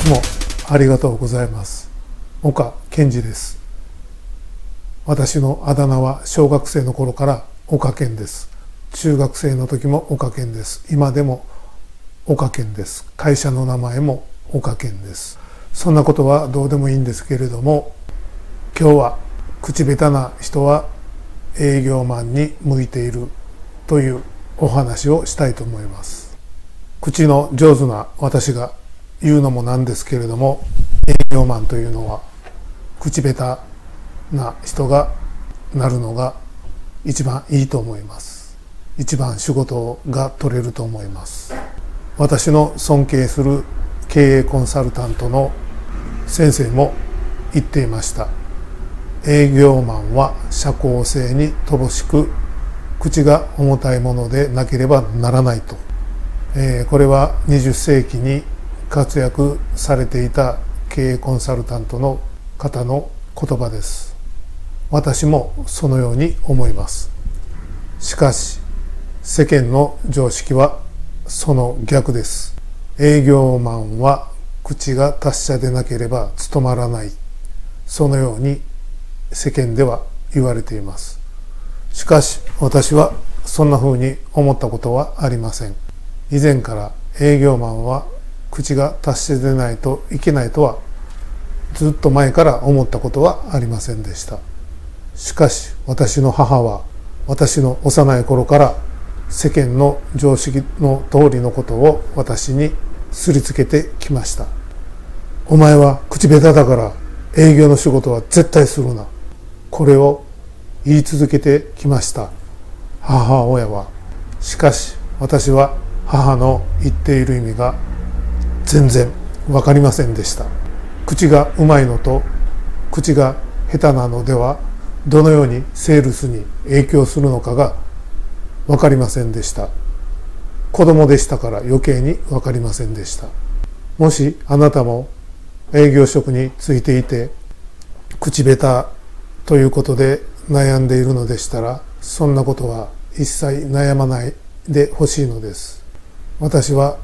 つもありがとうございます。岡健二です。私のあだ名は小学生の頃から岡健です。中学生の時も岡健です。今でも岡健です。会社の名前も岡健です。そんなことはどうでもいいんですけれども、今日は口下手な人は営業マンに向いているというお話をしたいと思います。口の上手な私が言うのもなんですけれども、営業マンというのは口下手な人がなるのが一番いいと思います。一番仕事が取れると思います。私の尊敬する経営コンサルタントの先生も言っていました。営業マンは社交性に乏しく、口が重たいものでなければならないと。これは20世紀に活躍されていた経営コンサルタントの方の言葉です。私もそのように思います。しかし世間の常識はその逆です。営業マンは口が達者でなければ務まらない、そのように世間では言われています。しかし私はそんなふうに思ったことはありません。以前から営業マンは口が達者でないといけないとはずっと前から思ったことはありませんでした。しかし私の母は私の幼い頃から世間の常識の通りのことを私にすりつけてきました。お前は口下手だから営業の仕事は絶対するな。これを言い続けてきました母親は。しかし私は母の言っている意味が全然分かりませんでした。口がうまいのと口が下手なのではどのようにセールスに影響するのかが分かりませんでした。子供でしたから余計に分かりませんでした。もしあなたも営業職についていて口下手ということで悩んでいるのでしたら、そんなことは一切悩まないでほしいのです。私は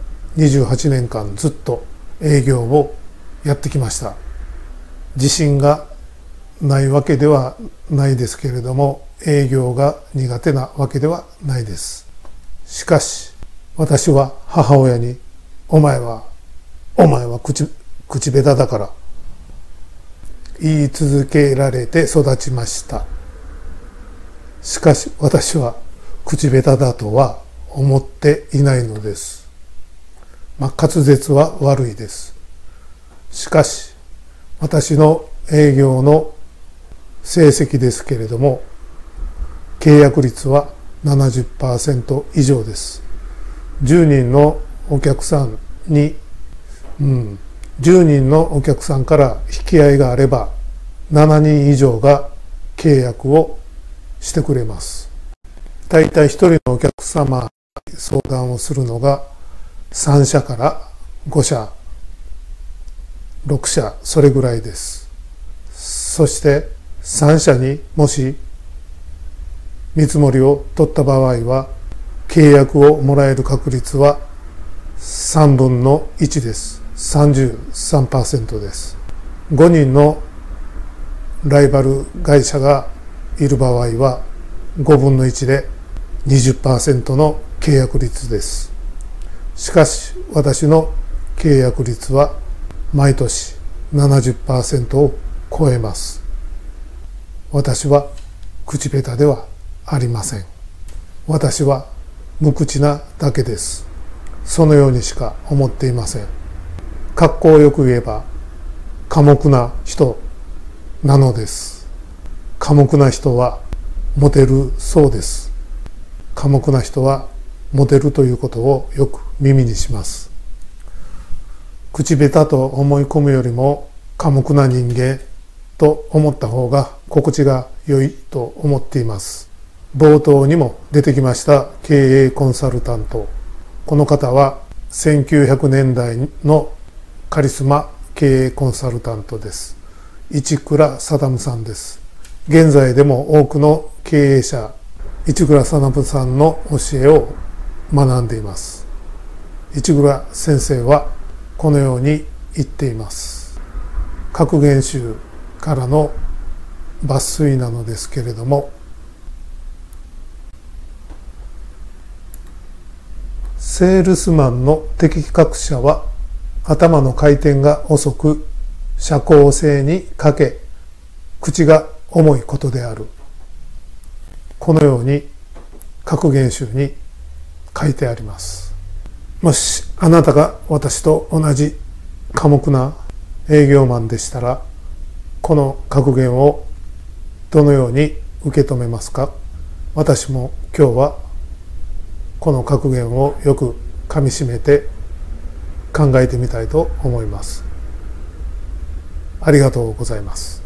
28年間ずっと営業をやってきました。自信がないわけではないですけれども、営業が苦手なわけではないです。しかし私は母親にお前は口下手だから言い続けられて育ちました。しかし私は口下手だとは思っていないのです。滑舌は悪いです。しかし私の営業の成績ですけれども、契約率は 70% 以上です。10人のお客さんに、10人のお客さんから引き合いがあれば7人以上が契約をしてくれます。だいたい1人のお客様に相談をするのが3社から5社、6社、それぐらいです。そして3社にもし見積もりを取った場合は契約をもらえる確率は3分の1です。33% です。5人のライバル会社がいる場合は5分の1で 20% の契約率です。しかし私の契約率は毎年 70% を超えます。私は口下手ではありません。私は無口なだけです。そのようにしか思っていません。かっこよく言えば寡黙な人なのです。寡黙な人はモテるそうです。寡黙な人はモテるということをよく耳にします。口下手と思い込むよりも寡黙な人間と思った方が心地が良いと思っています。冒頭にも出てきました経営コンサルタント。この方は1900年代のカリスマ経営コンサルタントです。市倉定さんです。現在でも多くの経営者、市倉定さんの教えを学んでいます。市倉先生はこのように言っています。格言集からの抜粋なのですけれども、セールスマンの適格者は頭の回転が遅く社交性に欠け口が重いことである。このように格言集に書いてあります。もしあなたが私と同じ寡黙な営業マンでしたら、この格言をどのように受け止めますか？私も今日はこの格言をよくかみしめて考えてみたいと思います。ありがとうございます。